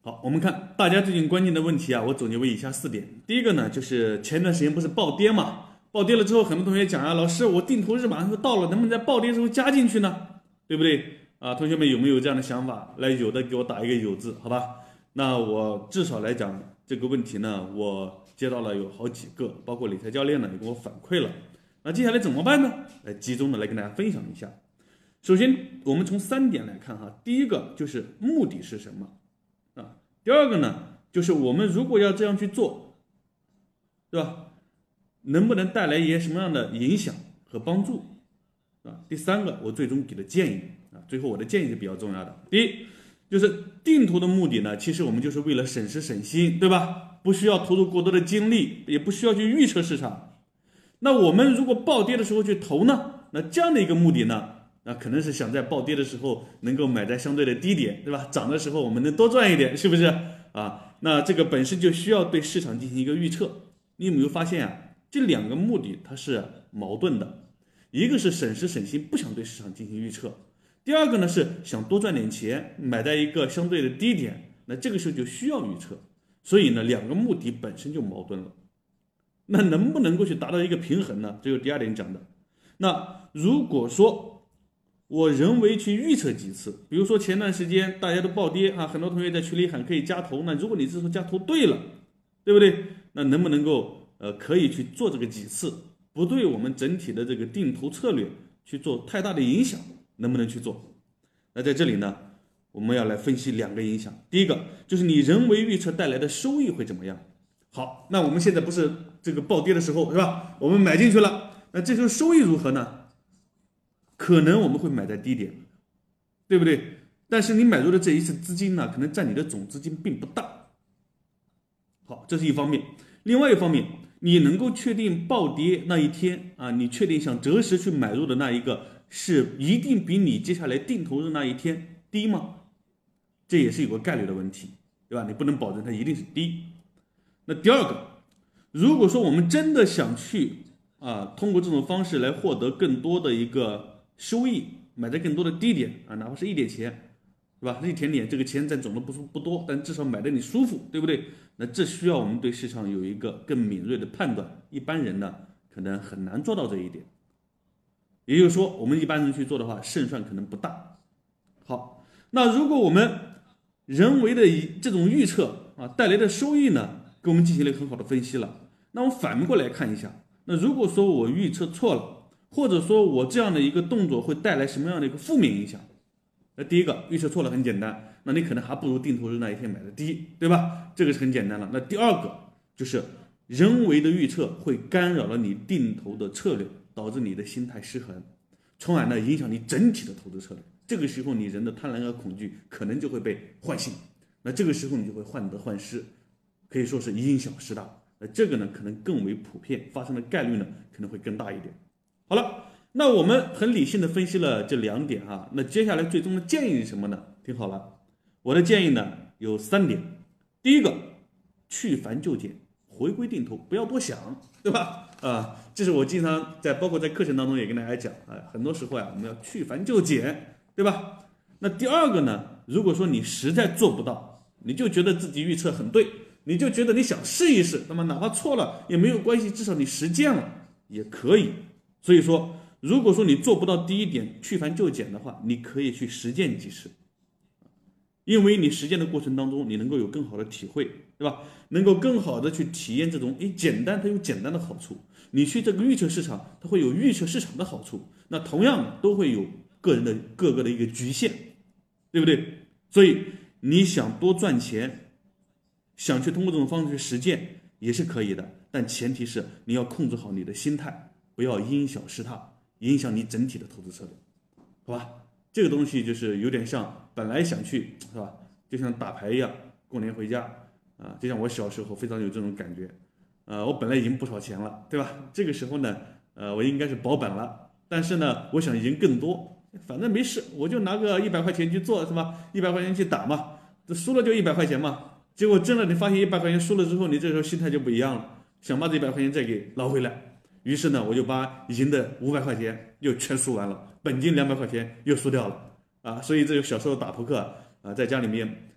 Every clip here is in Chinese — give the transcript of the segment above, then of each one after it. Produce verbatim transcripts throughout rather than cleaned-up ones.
好，我们看大家最近关心的问题啊，我总结为以下四点。第一个呢，就是前段时间不是暴跌嘛，暴跌了之后，很多同学讲啊，老师，我定投日马上就到了，能不能在暴跌的时候加进去呢？对不对啊？同学们有没有这样的想法？来，有的给我打一个有字，好吧？那我至少来讲这个问题呢，我接到了有好几个，包括理财教练呢也给我反馈了。那接下来怎么办呢？来集中的来跟大家分享一下。首先，我们从三点来看哈，第一个就是目的是什么啊？第二个呢，就是我们如果要这样去做，对吧？能不能带来一些什么样的影响和帮助啊？第三个，我最终给的建议啊，最后我的建议是比较重要的。第一，就是定投的目的呢，其实我们就是为了省时省心，对吧？不需要投入过多的精力，也不需要去预测市场。那我们如果暴跌的时候去投呢，那这样的一个目的呢？那可能是想在暴跌的时候能够买在相对的低点，对吧？涨的时候我们能多赚一点，是不是啊？那这个本身就需要对市场进行一个预测。你有没有发现啊？这两个目的它是矛盾的，一个是省时省心，不想对市场进行预测；第二个呢是想多赚点钱，买在一个相对的低点，那这个时候就需要预测。所以呢，两个目的本身就矛盾了。那能不能够去达到一个平衡呢？这就是第二点讲的。那如果说我人为去预测几次，比如说前段时间大家都暴跌啊，很多同学在群里喊可以加投，那如果你这时候加投对了，对不对？那能不能够呃可以去做这个几次，不对我们整体的这个定投策略去做太大的影响，能不能去做？那在这里呢，我们要来分析两个影响。第一个就是你人为预测带来的收益会怎么样？好，那我们现在不是这个暴跌的时候是吧？我们买进去了，那这时候收益如何呢？可能我们会买在低点，对不对？但是你买入的这一次资金呢，可能占你的总资金并不大。好，这是一方面。另外一方面，你能够确定暴跌那一天啊，你确定想择时去买入的那一个是一定比你接下来定投的那一天低吗？这也是有个概率的问题，对吧？你不能保证它一定是低。那第二个，如果说我们真的想去啊，通过这种方式来获得更多的一个收益，买在更多的低点啊，哪怕是一点钱，是吧？一点点，这个钱占总的不不多，但至少买的你舒服，对不对？那这需要我们对市场有一个更敏锐的判断，一般人呢可能很难做到这一点。也就是说，我们一般人去做的话，胜算可能不大。好，那如果我们人为的这种预测啊带来的收益呢，给我们进行了很好的分析了，那我们反过来看一下，那如果说我预测错了，或者说我这样的一个动作会带来什么样的一个负面影响？那第一个预测错了很简单，那你可能还不如定投日那一天买的低，对吧？这个是很简单了。那第二个就是人为的预测会干扰了你定投的策略，导致你的心态失衡，从而呢影响你整体的投资策略。这个时候你人的贪婪和恐惧可能就会被唤醒，那这个时候你就会患得患失，可以说是因小失大。那这个呢可能更为普遍，发生的概率呢可能会更大一点。好了，那我们很理性的分析了这两点哈，那接下来最终的建议是什么呢？听好了，我的建议呢有三点。第一个，去繁就简，回归定投，不要多想，对吧？啊，这是我经常在包括在课程当中也跟大家讲啊，很多时候啊我们要去繁就简，对吧？那第二个呢，如果说你实在做不到，你就觉得自己预测很对，你就觉得你想试一试，那么哪怕错了也没有关系，至少你实践了也可以。所以说，如果说你做不到第一点去繁就简的话，你可以去实践几次，因为你实践的过程当中，你能够有更好的体会，对吧？能够更好的去体验这种，诶，简单它有简单的好处，你去这个预测市场，它会有预测市场的好处，那同样的都会有个人的各个的一个局限，对不对？所以你想多赚钱，想去通过这种方式去实践也是可以的，但前提是你要控制好你的心态。不要因小失大，影响你整体的投资策略，好吧？这个东西就是有点像本来想去，是吧？就像打牌一样，过年回家啊，就像我小时候非常有这种感觉，呃，我本来赢不少钱了，对吧？这个时候呢，呃，我应该是保本了，但是呢，我想赢更多，反正没事，我就拿个一百块钱去做，是吧？一百块钱去打嘛，这输了就一百块钱嘛。结果真的你发现一百块钱输了之后，你这时候心态就不一样了，想把这一百块钱再给捞回来。于是呢，我就把赢的五百块钱又全输完了，本金两百块钱又输掉了啊！所以这个小时候打扑克啊，在家里面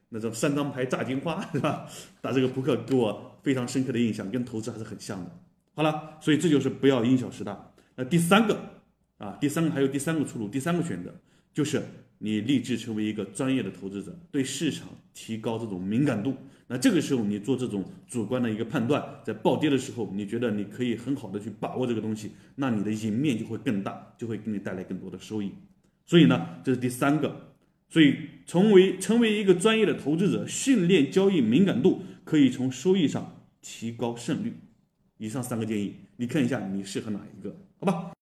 那种三张牌炸金花是吧？打这个扑克给我非常深刻的印象，跟投资还是很像的。好了，所以这就是不要因小失大。那第三个啊，第三个还有第三个出路，第三个选择就是你立志成为一个专业的投资者，对市场提高这种敏感度。那这个时候你做这种主观的一个判断，在暴跌的时候，你觉得你可以很好的去把握这个东西，那你的赢面就会更大，就会给你带来更多的收益。所以呢，这是第三个。所以成为成为一个专业的投资者，训练交易敏感度，可以从收益上提高胜率。以上三个建议，你看一下你适合哪一个？好吧。